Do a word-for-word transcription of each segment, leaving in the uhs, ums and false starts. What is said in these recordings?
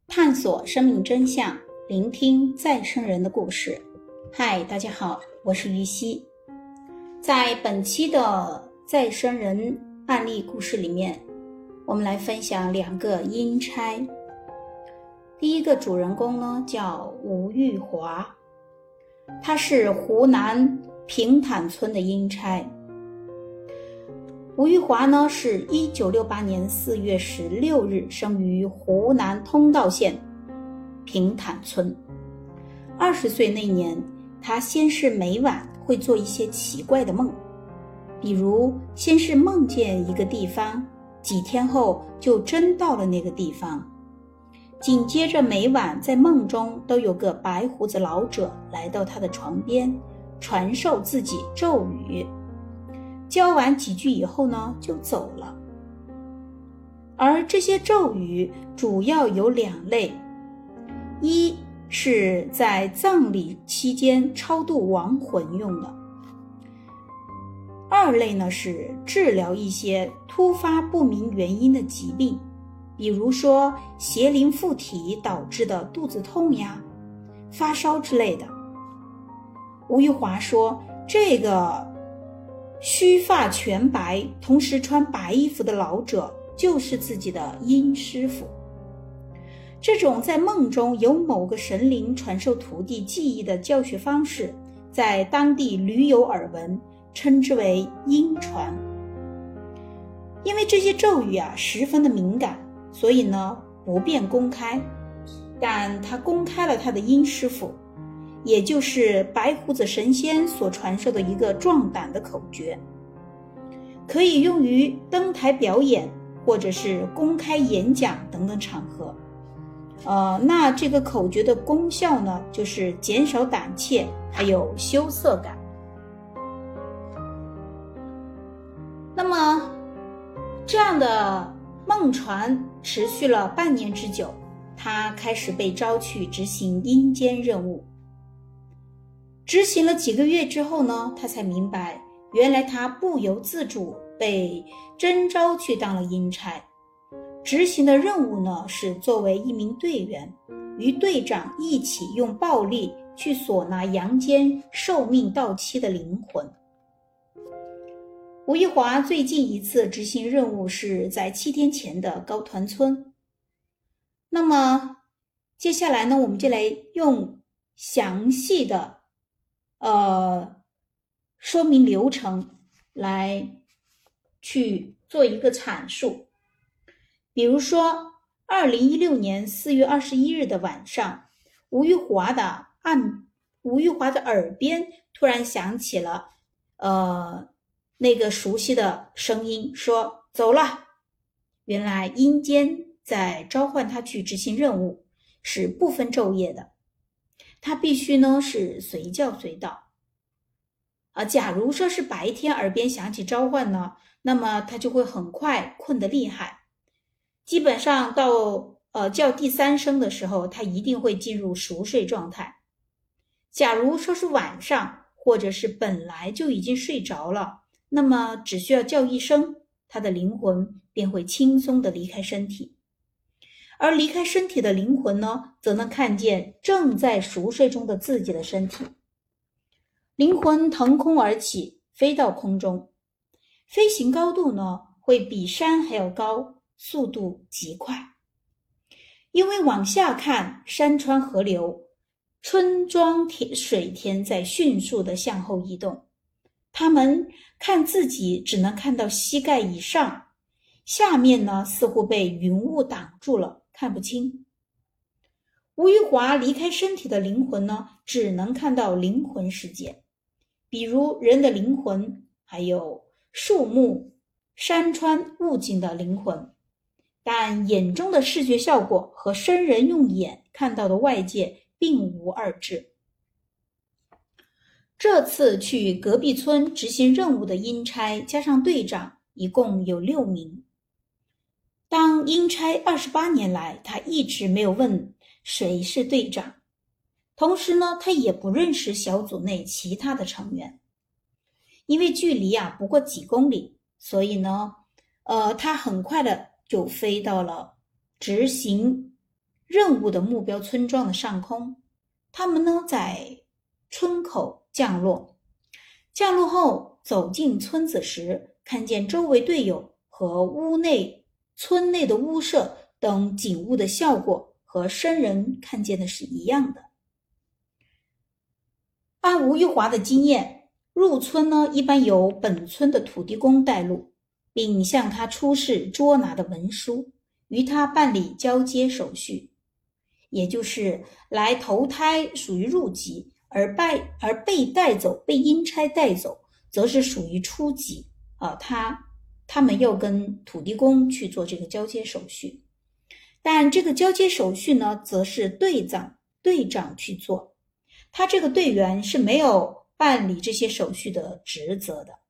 探索生命真相，聆听再生人的故事。嗨，大家好，我是于西。在本期的再生人案例故事里面，我们来分享两个阴差。第一个主人公呢叫吴玉华，他是湖南平坦村的阴差。吴玉华呢是一九六八年四月十六日生于湖南通道县平坦村。二十岁那年，他先是每晚会做一些奇怪的梦，比如先是梦见一个地方，几天后就真到了那个地方。紧接着每晚在梦中都有个白胡子老者来到他的床边，传授自己咒语，教完几句以后呢就走了。而这些咒语主要有两类，一是在葬礼期间超度亡魂用的，二类呢是治疗一些突发不明原因的疾病，比如说邪灵附体导致的肚子痛呀、发烧之类的。吴玉华说，这个须发全白，同时穿白衣服的老者就是自己的阴师傅。这种在梦中由某个神灵传授徒弟技艺的教学方式，在当地屡有耳闻，称之为阴传。因为这些咒语啊十分的敏感，所以呢不便公开，但他公开了他的阴师傅，也就是白胡子神仙所传授的一个壮胆的口诀，可以用于登台表演或者是公开演讲等等场合。呃，那这个口诀的功效呢，就是减少胆怯，还有羞涩感。那么这样的梦传持续了半年之久，他开始被招去执行阴间任务。执行了几个月之后呢，他才明白，原来他不由自主被征召去当了阴差。执行的任务呢，是作为一名队员，与队长一起用暴力去索拿阳间寿命到期的灵魂。吴玉华最近一次执行任务是在七天前的高团村。那么接下来呢，我们就来用详细的呃说明流程来去做一个阐述。比如说二零一六年四月二十一日的晚上，吴玉华的按吴玉华的耳边突然响起了呃那个熟悉的声音，说走了。原来阴间在召唤他去执行任务，是不分昼夜的，他必须呢是随叫随到。啊，假如说是白天耳边响起召唤呢，那么他就会很快困得厉害，基本上到呃叫第三声的时候，他一定会进入熟睡状态。假如说是晚上，或者是本来就已经睡着了，那么只需要叫一声，他的灵魂便会轻松地离开身体。而离开身体的灵魂呢，则能看见正在熟睡中的自己的身体。灵魂腾空而起，飞到空中，飞行高度呢会比山还要高，速度极快。因为往下看，山川河流、村庄水田在迅速地向后移动，他们看自己只能看到膝盖以上，下面呢似乎被云雾挡住了，看不清。吴玉华离开身体的灵魂呢，只能看到灵魂世界，比如人的灵魂，还有树木、山川、物景的灵魂，但眼中的视觉效果和生人用眼看到的外界并无二致。这次去隔壁村执行任务的阴差加上队长一共有六名。当阴差二十八年来，他一直没有问谁是队长，同时呢，他也不认识小组内其他的成员。因为距离啊不过几公里，所以呢，呃，他很快的就飞到了执行任务的目标村庄的上空。他们呢在村口降落，降落后走进村子时，看见周围队友和屋内、村内的屋舍等景物的效果和生人看见的是一样的。按吴玉华的经验，入村呢一般由本村的土地公带路，并向他出示捉拿的文书，与他办理交接手续，也就是来投胎属于入籍，而被而被带走、被阴差带走，则是属于初级啊。他他们要跟土地公去做这个交接手续，但这个交接手续呢，则是队长队长去做，他这个队员是没有办理这些手续的职责的。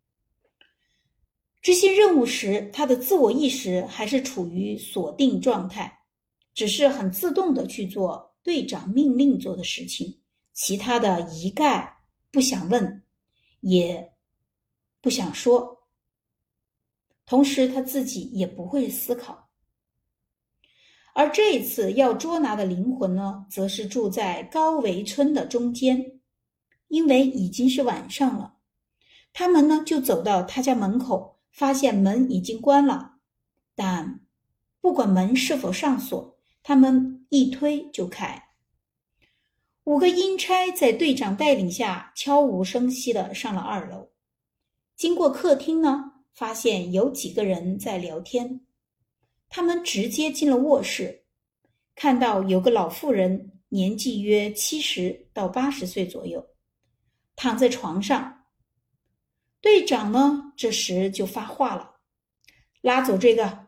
执行任务时，他的自我意识还是处于锁定状态，只是很自动的去做队长命令做的事情，其他的一概不想问，也不想说，同时他自己也不会思考。而这一次要捉拿的灵魂呢，则是住在高围村的中间，因为已经是晚上了，他们呢就走到他家门口，发现门已经关了，但不管门是否上锁，他们一推就开。五个阴差在队长带领下悄无声息地上了二楼，经过客厅呢，发现有几个人在聊天，他们直接进了卧室，看到有个老妇人，年纪约七十到八十岁左右，躺在床上。队长呢，这时就发话了：拉走这个。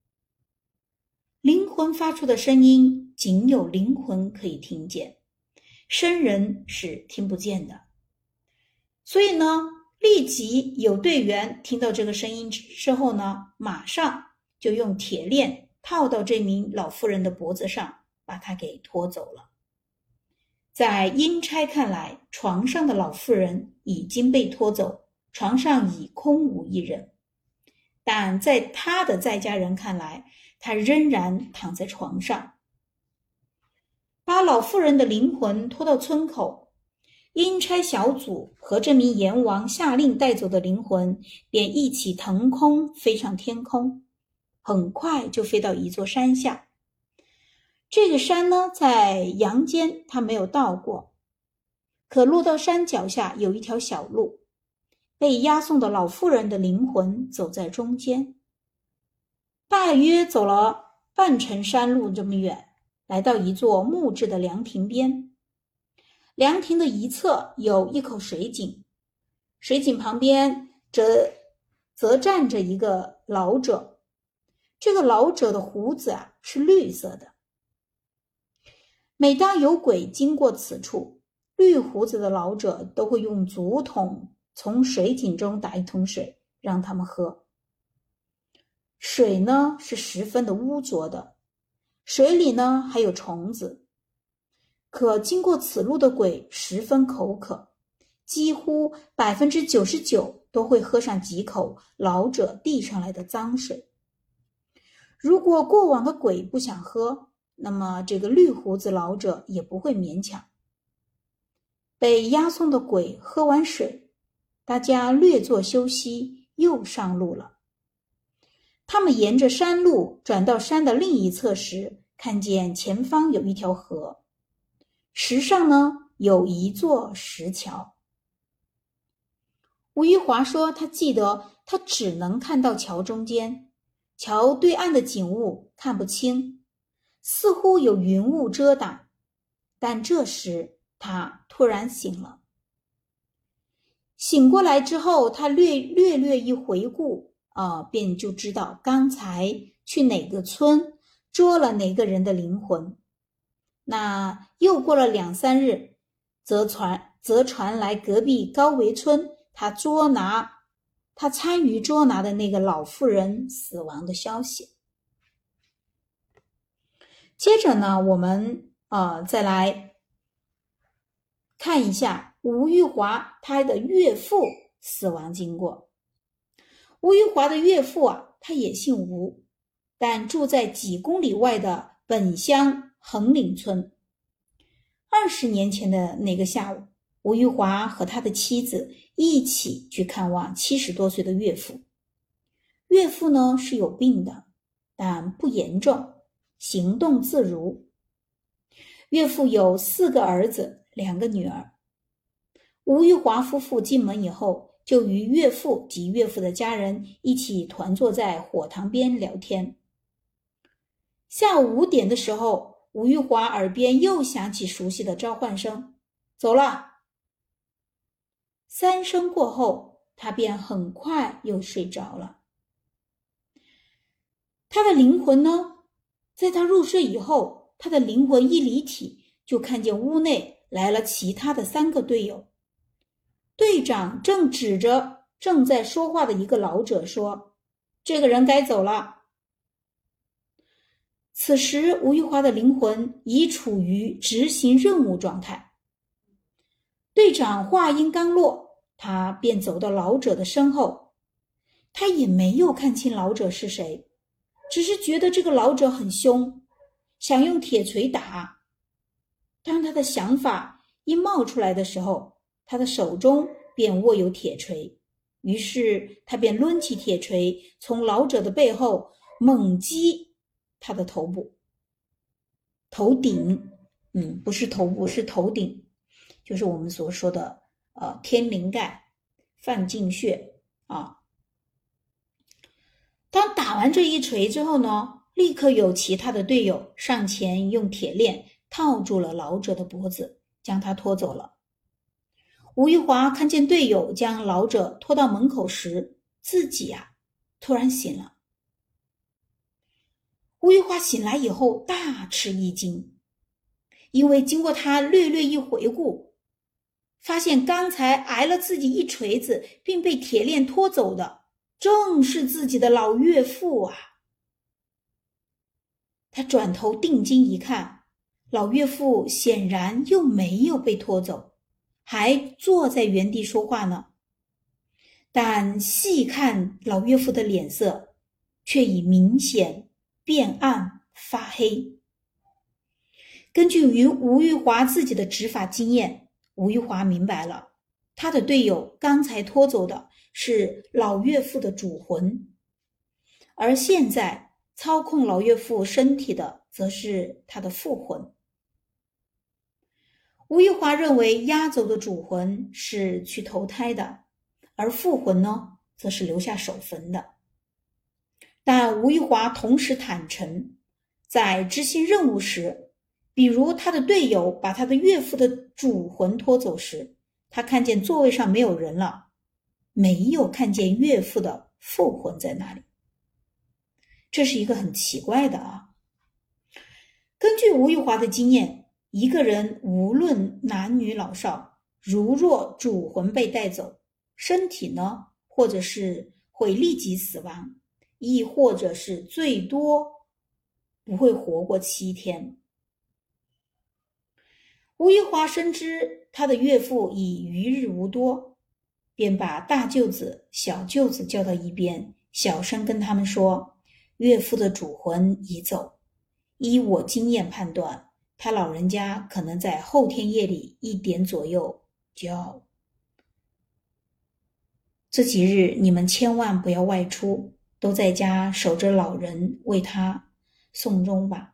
灵魂发出的声音仅有灵魂可以听见，生人是听不见的。所以呢，立即有队员听到这个声音之后呢，马上就用铁链套到这名老妇人的脖子上，把她给拖走了。在阴差看来，床上的老妇人已经被拖走，床上已空无一人，但在他的在家人看来，他仍然躺在床上。把老妇人的灵魂拖到村口，阴差小组和这名阎王下令带走的灵魂便一起腾空飞上天空，很快就飞到一座山下。这个山呢，在阳间他没有到过，可落到山脚下有一条小路，被押送的老妇人的灵魂走在中间，大约走了半程山路这么远，来到一座木质的凉亭边。凉亭的一侧有一口水井，水井旁边则则站着一个老者，这个老者的胡子啊是绿色的。每当有鬼经过此处，绿胡子的老者都会用竹筒从水井中打一桶水让他们喝。水呢是十分的污浊的，水里呢还有虫子，可经过此路的鬼十分口渴，几乎 百分之九十九 都会喝上几口老者递上来的脏水。如果过往的鬼不想喝，那么这个绿胡子老者也不会勉强。被押送的鬼喝完水，大家略作休息，又上路了。他们沿着山路转到山的另一侧时，看见前方有一条河，石上呢有一座石桥。吴玉华说他记得他只能看到桥中间，桥对岸的景物看不清，似乎有云雾遮挡，但这时他突然醒了。醒过来之后，他略略略一回顾啊、呃，便就知道刚才去哪个村捉了哪个人的灵魂。那又过了两三日，则传则传来隔壁高围村他捉拿他参与捉拿的那个老妇人死亡的消息。接着呢，我们呃再来看一下吴玉华他的岳父死亡经过。吴玉华的岳父啊，他也姓吴，但住在几公里外的本乡横岭村。二十年前的那个下午，吴玉华和他的妻子一起去看望七十多岁的岳父。岳父呢是有病的，但不严重，行动自如。岳父有四个儿子，两个女儿。吴玉华夫妇进门以后，就与岳父及岳父的家人一起团坐在火塘边聊天。下午五点的时候，吴玉华耳边又响起熟悉的召唤声：“走了。”三声过后，他便很快又睡着了。他的灵魂呢？在他入睡以后，他的灵魂一离体，就看见屋内来了其他的三个队友。队长正指着正在说话的一个老者说：“这个人该走了。”此时，吴玉华的灵魂已处于执行任务状态。队长话音刚落，他便走到老者的身后。他也没有看清老者是谁，只是觉得这个老者很凶，想用铁锤打。当他的想法一冒出来的时候，他的手中便握有铁锤，于是他便抡起铁锤，从老者的背后猛击他的头部、头顶，嗯，不是头部，是头顶，就是我们所说的呃天灵盖、范进穴啊。当打完这一锤之后呢，立刻有其他的队友上前用铁链套住了老者的脖子，将他拖走了。吴玉华看见队友将老者拖到门口时，自己啊突然醒了。吴玉华醒来以后大吃一惊，因为经过他略略一回顾，发现刚才挨了自己一锤子并被铁链拖走的正是自己的老岳父啊。他转头定睛一看，老岳父显然又没有被拖走，还坐在原地说话呢。但细看老岳父的脸色，却已明显变暗发黑。根据于吴玉华自己的执法经验，吴玉华明白了，他的队友刚才拖走的是老岳父的主魂，而现在操控老岳父身体的则是他的父魂。吴玉华认为押走的主魂是去投胎的，而父魂呢，则是留下守坟的。但吴玉华同时坦诚，在执行任务时，比如他的队友把他的岳父的主魂拖走时，他看见座位上没有人了，没有看见岳父的父魂在那里。这是一个很奇怪的啊。根据吴玉华的经验，一个人无论男女老少，如若主魂被带走，身体呢，或者是会立即死亡，亦或者是最多不会活过七天。吴玉华深知他的岳父已余日无多，便把大舅子、小舅子叫到一边，小声跟他们说，岳父的主魂已走，依我经验判断，他老人家可能在后天夜里一点左右就要。这几日你们千万不要外出，都在家守着老人，为他送终吧。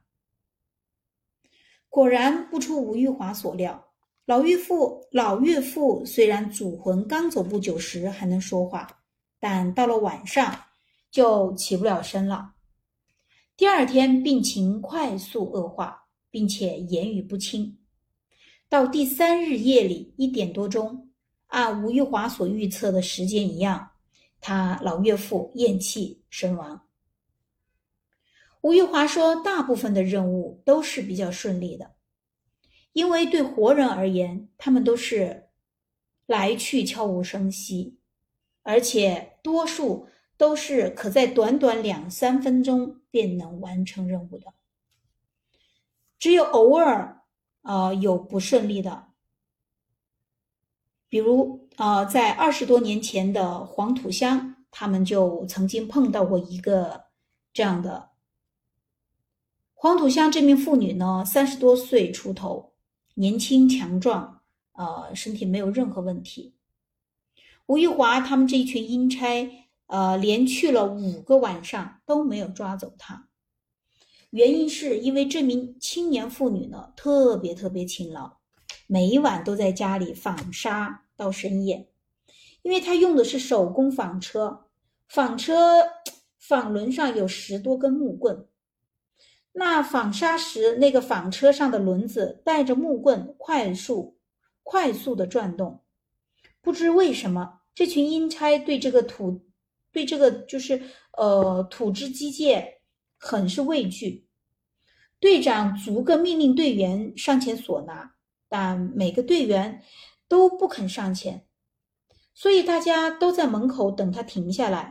果然不出吴玉华所料，老岳父老岳父虽然主魂刚走不久时还能说话，但到了晚上就起不了身了。第二天病情快速恶化，并且言语不清。到第三日夜里一点多钟，按吴玉华所预测的时间一样，他老岳父咽气身亡。吴玉华说，大部分的任务都是比较顺利的，因为对活人而言，他们都是来去悄无声息，而且多数都是可在短短两三分钟便能完成任务的。只有偶尔呃有不顺利的，比如呃在二十多年前的黄土乡，他们就曾经碰到过一个这样的黄土乡这名妇女呢，三十多岁出头，年轻强壮，呃，身体没有任何问题。吴玉华他们这一群阴差，呃，连去了五个晚上都没有抓走她。原因是因为这名青年妇女呢，特别特别勤劳，每晚都在家里纺纱到深夜。因为她用的是手工纺车，纺车纺轮上有十多根木棍。那纺纱时，那个纺车上的轮子带着木棍快速快速的转动。不知为什么，这群阴差对这个土对这个就是呃土制机械很是畏惧。队长逐个命令队员上前索拿，但每个队员都不肯上前，所以大家都在门口等他停下来。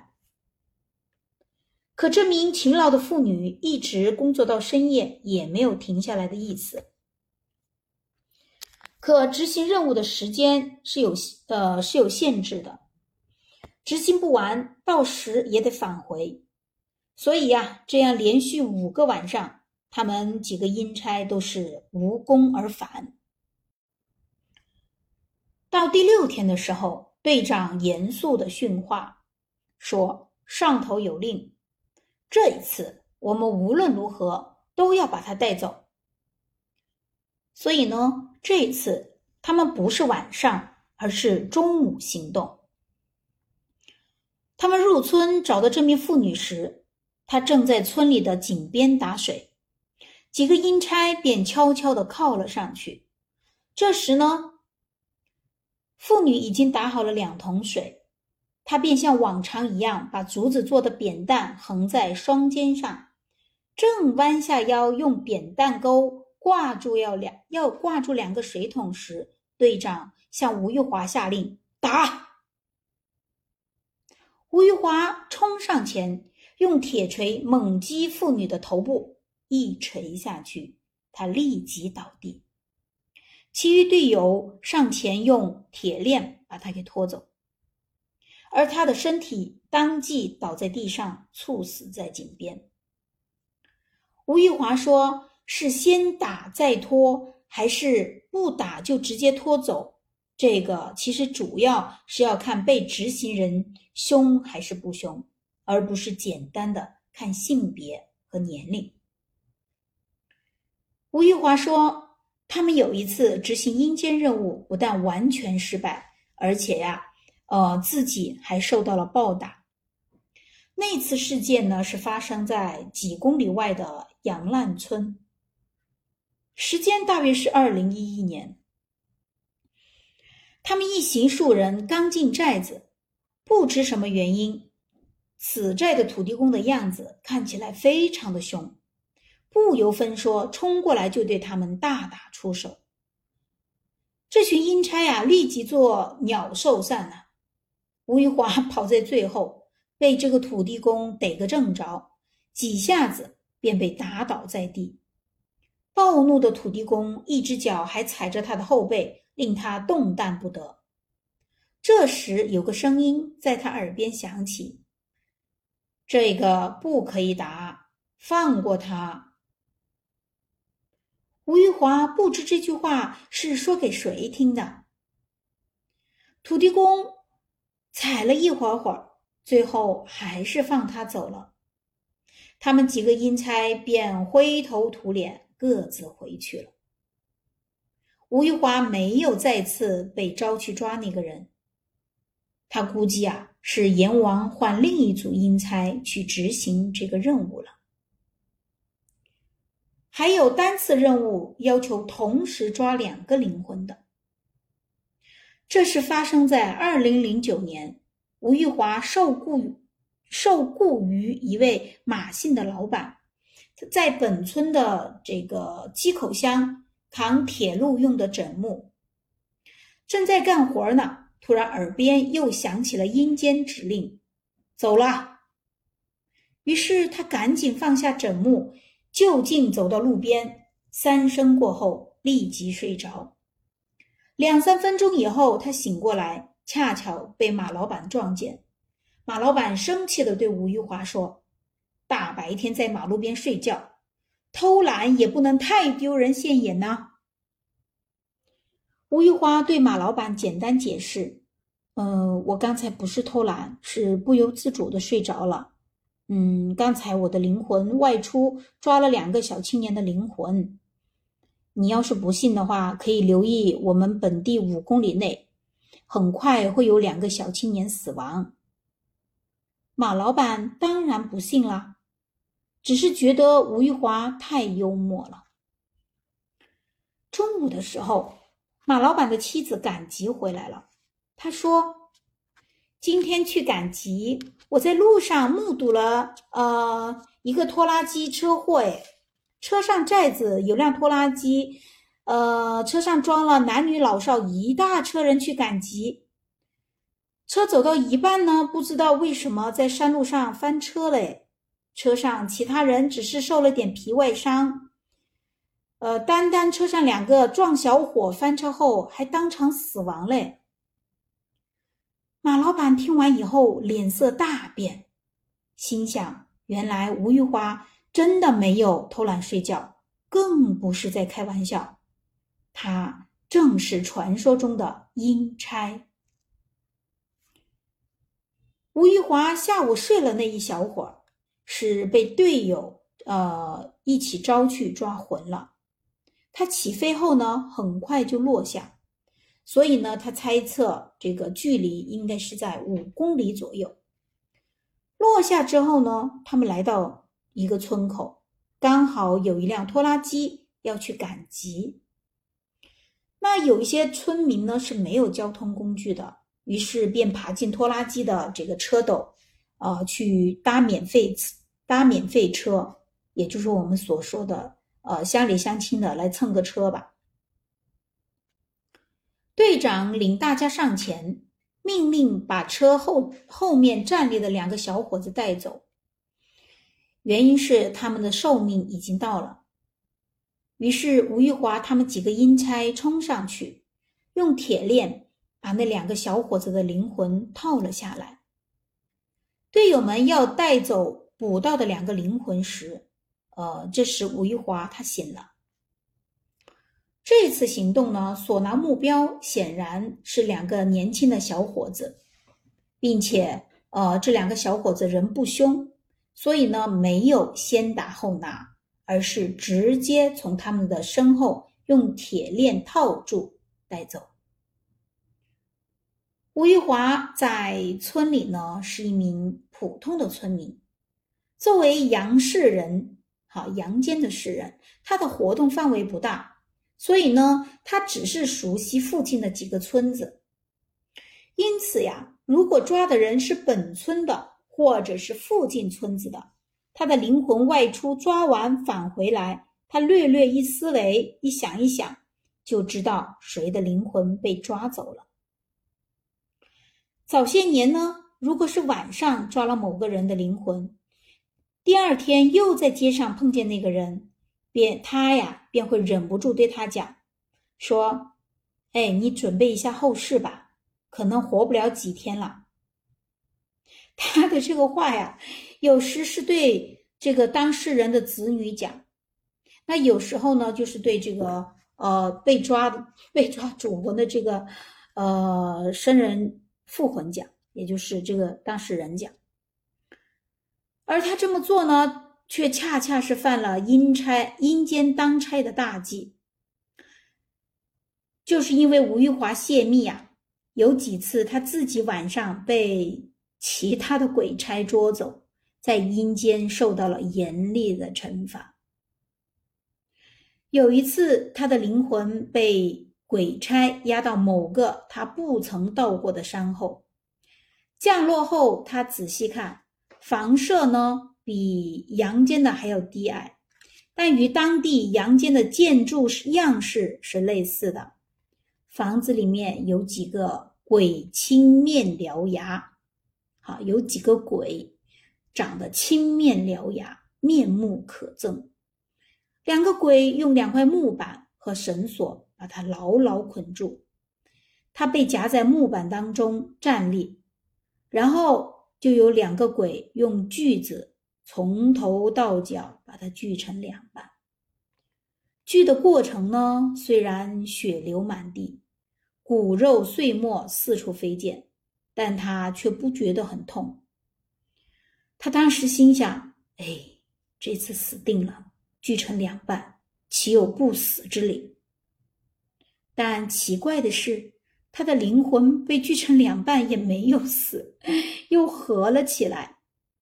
可这名勤劳的妇女一直工作到深夜，也没有停下来的意思。可执行任务的时间是有呃是有限制的，执行不完，到时也得返回。所以呀、啊，这样连续五个晚上，他们几个阴差都是无功而返。到第六天的时候，队长严肃地训话，说：“上头有令。这一次，我们无论如何都要把他带走。”所以呢，这一次他们不是晚上，而是中午行动。他们入村找到这名妇女时，她正在村里的井边打水，几个阴差便悄悄地靠了上去。这时呢，妇女已经打好了两桶水。他便像往常一样，把竹子做的扁担横在双肩上，正弯下腰用扁担钩挂住要两要挂住两个水桶时，队长向吴玉华下令打。吴玉华冲上前，用铁锤猛击妇女的头部，一锤下去，她立即倒地。其余队友上前用铁链把她给拖走。而他的身体当即倒在地上，猝死在井边。吴玉华说：“是先打再拖，还是不打就直接拖走？这个其实主要是要看被执行人凶还是不凶，而不是简单的看性别和年龄。”吴玉华说：“他们有一次执行阴间任务，不但完全失败，而且呀。”呃，自己还受到了暴打。那次事件呢，是发生在几公里外的杨烂村，时间大约是二零一一年。他们一行数人刚进寨子，不知什么原因，此寨的土地公的样子看起来非常的凶，不由分说，冲过来就对他们大打出手。这群阴差啊，立即做鸟兽散了。吴玉华跑在最后，被这个土地公逮个正着，几下子便被打倒在地。暴怒的土地公一只脚还踩着他的后背，令他动弹不得。这时有个声音在他耳边响起：“这个不可以打，放过他。”吴玉华不知这句话是说给谁听的。土地公踩了一会儿会儿，最后还是放他走了。他们几个阴差便灰头土脸，各自回去了。吴玉华没有再次被招去抓那个人，他估计啊，是阎王换另一组阴差去执行这个任务了。还有单次任务要求同时抓两个灵魂的。这是发生在二零零九年，吴玉华受雇受雇于一位马姓的老板，在本村的这个鸡口乡扛铁路用的枕木，正在干活呢，突然耳边又响起了阴间指令：“走了。”于是他赶紧放下枕木，就近走到路边，三声过后立即睡着。两三分钟以后，他醒过来，恰巧被马老板撞见。马老板生气地对吴玉华说：“大白天在马路边睡觉， 偷懒也不能太丢人现眼呢。吴玉花对马老板简单解释：呃，我刚才不是偷懒，是不由自主的睡着了。嗯，刚才我的灵魂外出抓了两个小青年的灵魂。你要是不信的话，可以留意我们本地五公里内，很快会有两个小青年死亡。马老板当然不信啦，只是觉得吴玉华太幽默了。中午的时候，马老板的妻子赶集回来了。他说：今天去赶集，我在路上目睹了呃一个拖拉机车祸，诶，车上寨子有辆拖拉机，呃，车上装了男女老少一大车人去赶集。车走到一半呢，不知道为什么在山路上翻车了，车上其他人只是受了点皮外伤，呃，单单车上两个壮小伙翻车后还当场死亡嘞。马老板听完以后脸色大变，心想原来吴玉华真的没有偷懒睡觉，更不是在开玩笑，他正是传说中的阴差。吴玉华下午睡了那一小会儿，是被队友呃一起招去抓魂了。他起飞后呢，很快就落下，所以呢，他猜测这个距离应该是在五公里左右。落下之后呢，他们来到一个村口，刚好有一辆拖拉机要去赶集。那有一些村民呢是没有交通工具的，于是便爬进拖拉机的这个车斗，呃，去搭免费搭免费车，也就是我们所说的呃乡里乡亲的来蹭个车吧。队长领大家上前，命令把车后后面站立的两个小伙子带走，原因是他们的寿命已经到了。于是吴玉华他们几个阴差冲上去，用铁链把那两个小伙子的灵魂套了下来。队友们要带走捕到的两个灵魂时，呃，这时吴玉华他醒了。这次行动呢，所拿目标显然是两个年轻的小伙子，并且呃，这两个小伙子人不凶，所以呢，没有先打后拿，而是直接从他们的身后用铁链套住带走。吴玉华在村里呢是一名普通的村民，作为阳世人，好，阳间的世人，他的活动范围不大。所以呢，他只是熟悉附近的几个村子。因此呀，如果抓的人是本村的，或者是附近村子的，他的灵魂外出抓完返回来，他略略一思维，一想一想，就知道谁的灵魂被抓走了。早些年呢，如果是晚上抓了某个人的灵魂，第二天又在街上碰见那个人，便他呀便会忍不住对他讲说：哎，你准备一下后事吧，可能活不了几天了。他的这个话呀，有时是对这个当事人的子女讲，那有时候呢就是对这个呃被抓的被抓主魂的这个呃生人附魂讲，也就是这个当事人讲。而他这么做呢，却恰恰是犯了阴差阴间当差的大忌。就是因为吴玉华泄密啊，有几次他自己晚上被其他的鬼差捉走，在阴间受到了严厉的惩罚。有一次他的灵魂被鬼差押到某个他不曾到过的山后，降落后他仔细看，房舍呢比阳间的还要低矮，但与当地阳间的建筑样式是类似的。房子里面有几个鬼青面獠牙，好，有几个鬼长得青面獠牙，面目可憎。两个鬼用两块木板和绳索把他牢牢捆住，他被夹在木板当中站立，然后就有两个鬼用锯子从头到脚把他锯成两半。 锯的过程呢，虽然血流满地，骨肉碎末四处飞溅，但他却不觉得很痛。他当时心想，哎，这次死定了，锯成两半，岂有不死之理？但奇怪的是，他的灵魂被锯成两半也没有死，又合了起来。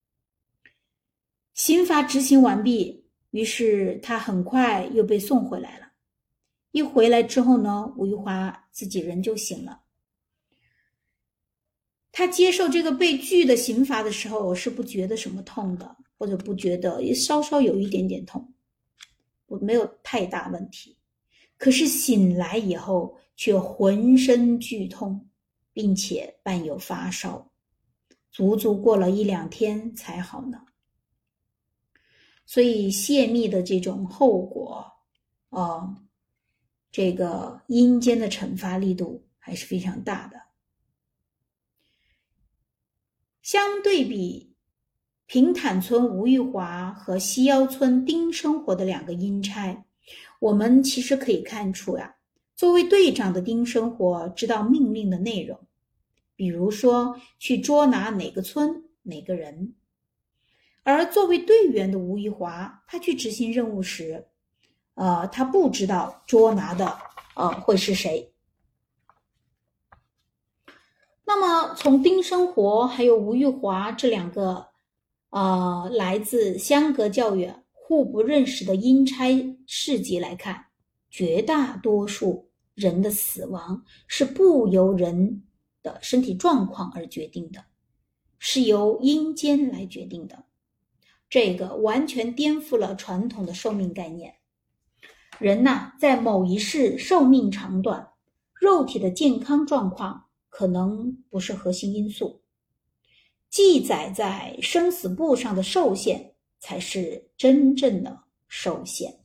刑罚执行完毕，于是他很快又被送回来了。一回来之后呢，吴玉华自己人就醒了。他接受这个被锯的刑罚的时候，是不觉得什么痛的，或者不觉得，也稍稍有一点点痛，没有太大问题。可是醒来以后，却浑身剧痛，并且伴有发烧，足足过了一两天才好呢。所以泄密的这种后果，呃，这个阴间的惩罚力度还是非常大的。相对比平坦村吴玉华和西腰村丁生活的两个阴差，我们其实可以看出呀，作为队长的丁生活知道命令的内容，比如说去捉拿哪个村哪个人，而作为队员的吴玉华，他去执行任务时，呃，他不知道捉拿的呃会是谁。那么从丁生活还有吴玉华这两个呃来自相隔较远、互不认识的阴差事迹来看，绝大多数人的死亡是不由人的身体状况而决定的，是由阴间来决定的。这个完全颠覆了传统的寿命概念。人呐，在某一世寿命长短，肉体的健康状况可能不是核心因素，记载在生死簿上的寿限才是真正的寿限。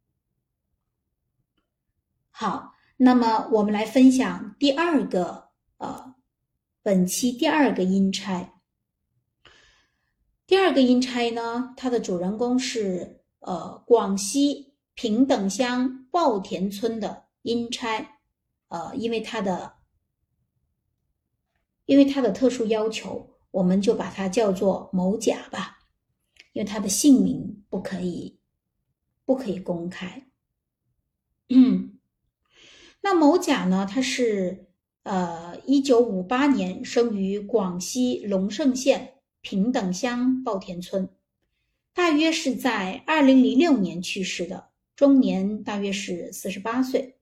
好，那么我们来分享第二个呃，本期第二个阴差。第二个阴差呢，它的主人公是呃广西平等乡抱田村的阴差，呃，因为他的因为他的特殊要求，我们就把它叫做某甲吧，因为他的姓名不可以不可以公开。嗯，那某甲呢，他是呃一九五八年生于广西龙胜县平等乡抱田村，大约是在二零零六年去世的，终年大约是四十八岁。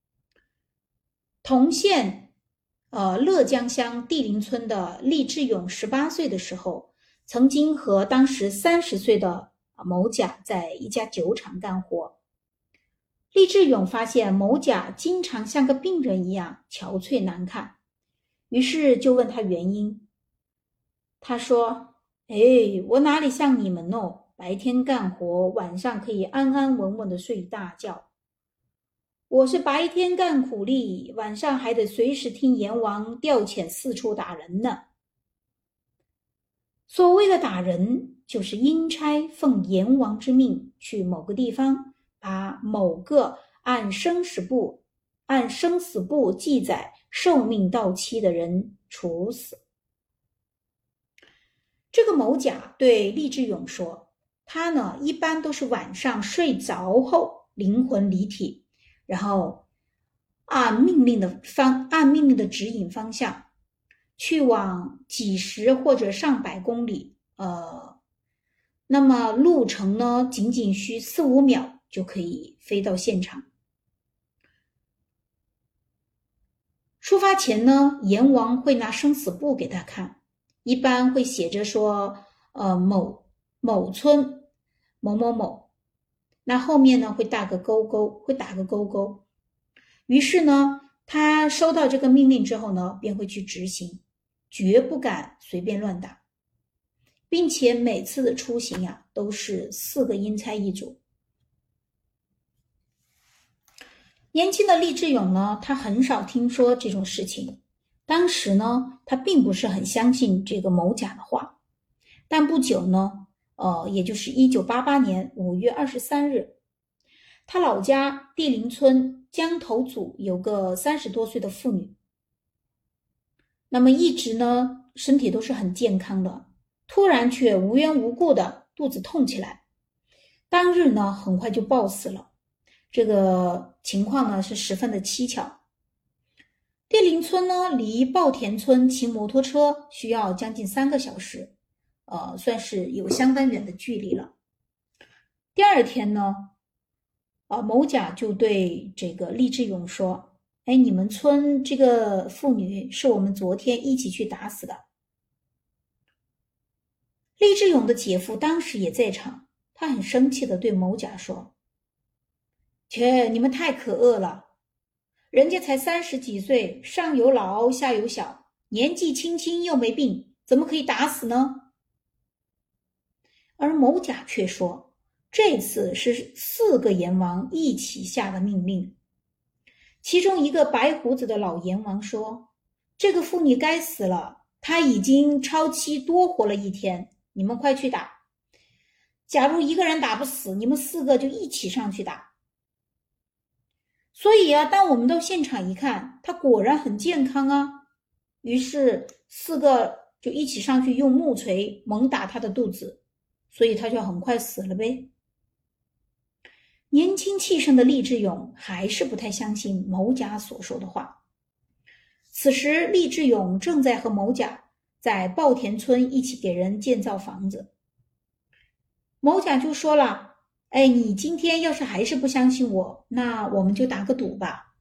同县呃乐江乡地灵村的厉志勇十八岁的时候，曾经和当时三十岁的某甲在一家酒厂干活。厉志勇发现某甲经常像个病人一样憔悴难看，于是就问他原因。他说，哎，我哪里像你们哦，白天干活，晚上可以安安稳稳的睡大觉。我是白天干苦力，晚上还得随时听阎王调遣四处打人呢。所谓的打人，就是阴差奉阎王之命去某个地方，把某个按生死簿按生死簿记载寿命到期的人处死。这个某甲对厉志勇说，他呢一般都是晚上睡着后灵魂离体，然后按命令的方按命令的指引方向去往几十或者上百公里，呃，那么路程呢仅仅需四五秒就可以飞到现场。出发前呢，阎王会拿生死簿给他看，一般会写着说，呃，某某村某某某，那后面呢会打个勾勾，会打个勾勾。于是呢，他收到这个命令之后呢，便会去执行，绝不敢随便乱打，并且每次的出行呀、啊，都是四个阴差一组。年轻的厉志勇呢，他很少听说这种事情。当时呢，他并不是很相信这个某甲的话。但不久呢，呃，也就是一九八八年五月二十三日， 他老家地灵村江头组有个三十多岁的妇女，那么一直呢身体都是很健康的，突然却无缘无故的肚子痛起来，当日呢很快就暴死了。这个情况呢是十分的蹊跷。地灵村呢离稻田村骑摩托车需要将近三个小时，呃，算是有相当远的距离了。第二天呢，啊，某甲就对这个厉志勇说：“哎，你们村这个妇女是我们昨天一起去打死的。”厉志勇的姐夫当时也在场，他很生气地对某甲说：“切，你们太可恶了！人家才三十几岁，上有老下有小，年纪轻轻又没病，怎么可以打死呢？”而某甲却说，这次是四个阎王一起下的命令。其中一个白胡子的老阎王说：“这个妇女该死了，她已经超期多活了一天，你们快去打。假如一个人打不死，你们四个就一起上去打。”所以啊，当我们到现场一看，他果然很健康啊。于是四个就一起上去用木锤猛打他的肚子，所以他就很快死了呗。年轻气盛的厉志勇还是不太相信某甲所说的话。此时厉志勇正在和某甲在稻田村一起给人建造房子。某甲就说了：“哎，你今天要是还是不相信我，那我们就打个赌吧。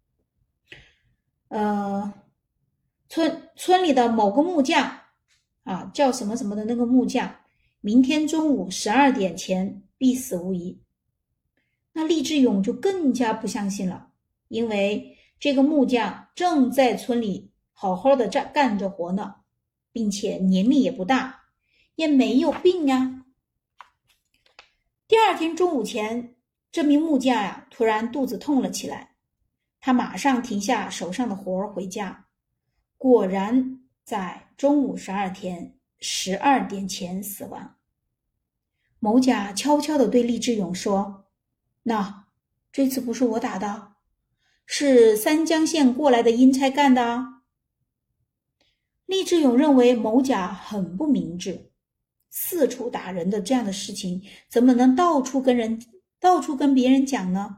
呃，村村里的某个木匠啊，叫什么什么的那个木匠，明天中午十二点前必死无疑。”那厉志勇就更加不相信了，因为这个木匠正在村里好好的干着活呢，并且年龄也不大，也没有病啊。第二天中午前，这名木匠呀、啊，突然肚子痛了起来，他马上停下手上的活儿回家，果然在中午十二天十二点前死亡。某甲悄悄地对厉志勇说：“那这次不是我打的，是三江县过来的阴差干的啊。”厉志勇认为某甲很不明智，四处打人的这样的事情怎么能到处跟人到处跟别人讲呢？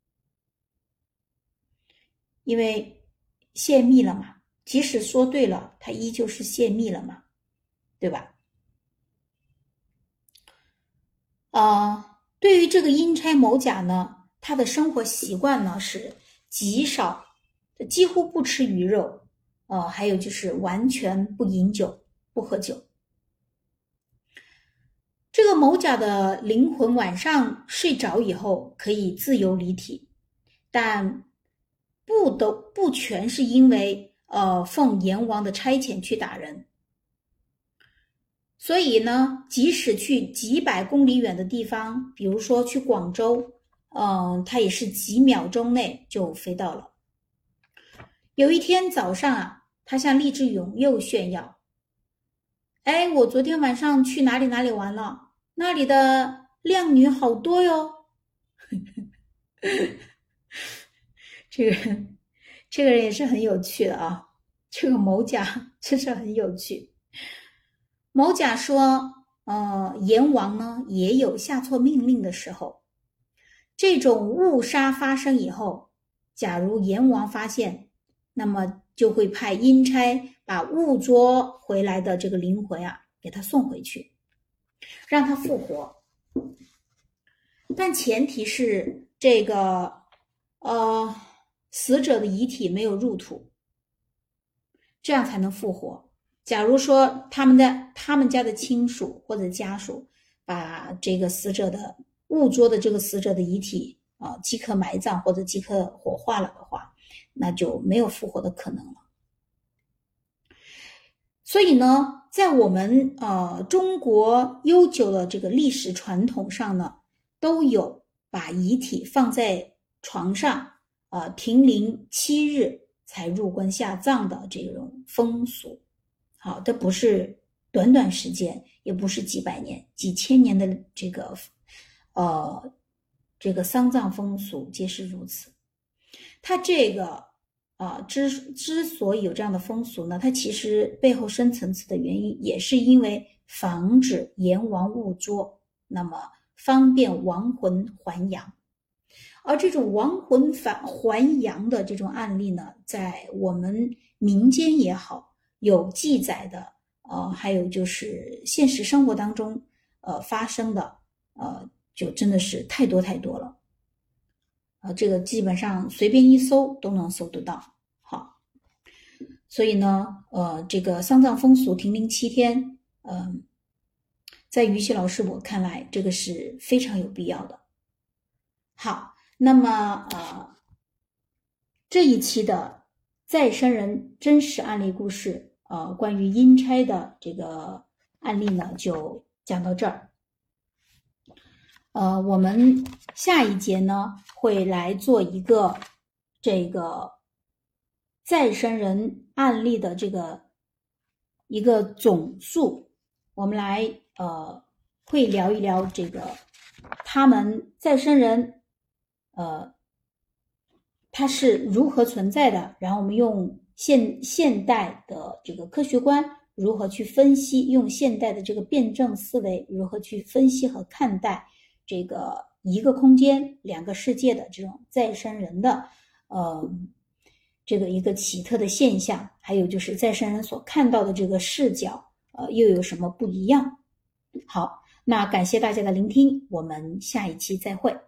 因为泄密了嘛，即使说对了，他依旧是泄密了嘛，对吧？呃，对于这个阴差某甲呢，他的生活习惯呢是极少，几乎不吃鱼肉，呃，还有就是完全不饮酒，不喝酒。这个某甲的灵魂晚上睡着以后可以自由离体，但不都不全是因为呃奉阎王的差遣去打人。所以呢，即使去几百公里远的地方，比如说去广州，嗯，他也是几秒钟内就飞到了。有一天早上啊，他向厉志勇又炫耀：“哎，我昨天晚上去哪里哪里玩了，那里的靓女好多哟。”这个这个人也是很有趣的啊，这个某甲真是很有趣。某甲说，呃，阎王呢也有下错命令的时候。这种误杀发生以后，假如阎王发现，那么就会派阴差把误捉回来的这个灵魂啊，给他送回去，让他复活。但前提是这个，呃，死者的遗体没有入土，这样才能复活。假如说他们的他们家的亲属或者家属把这个死者的误捉的这个死者的遗体啊、呃、即刻埋葬或者即刻火化了的话，那就没有复活的可能了。所以呢，在我们呃中国悠久的这个历史传统上呢，都有把遗体放在床上呃停灵七日才入棺下葬的这种风俗。好，这不是短短时间，也不是几百年、几千年的这个呃这个丧葬风俗皆是如此。它这个啊，之之所以有这样的风俗呢，它其实背后深层次的原因也是因为防止阎王误捉，那么方便亡魂还阳。而这种亡魂返还阳的这种案例呢，在我们民间也好，有记载的，呃，还有就是现实生活当中，呃，发生的，呃，就真的是太多太多了。呃，这个基本上随便一搜都能搜得到。好，所以呢，呃，这个丧葬风俗停灵七天，嗯、呃，在于西老师我看来，这个是非常有必要的。好，那么呃，这一期的再生人真实案例故事，呃，关于阴差的这个案例呢，就讲到这儿。呃，我们下一节呢会来做一个这个再生人案例的这个一个总述，我们来呃会聊一聊这个他们再生人呃它是如何存在的，然后我们用现现代的这个科学观如何去分析，用现代的这个辩证思维如何去分析和看待这个一个空间两个世界的这种再生人的呃这个一个奇特的现象，还有就是再生人所看到的这个视角呃又有什么不一样。好，那感谢大家的聆听，我们下一期再会。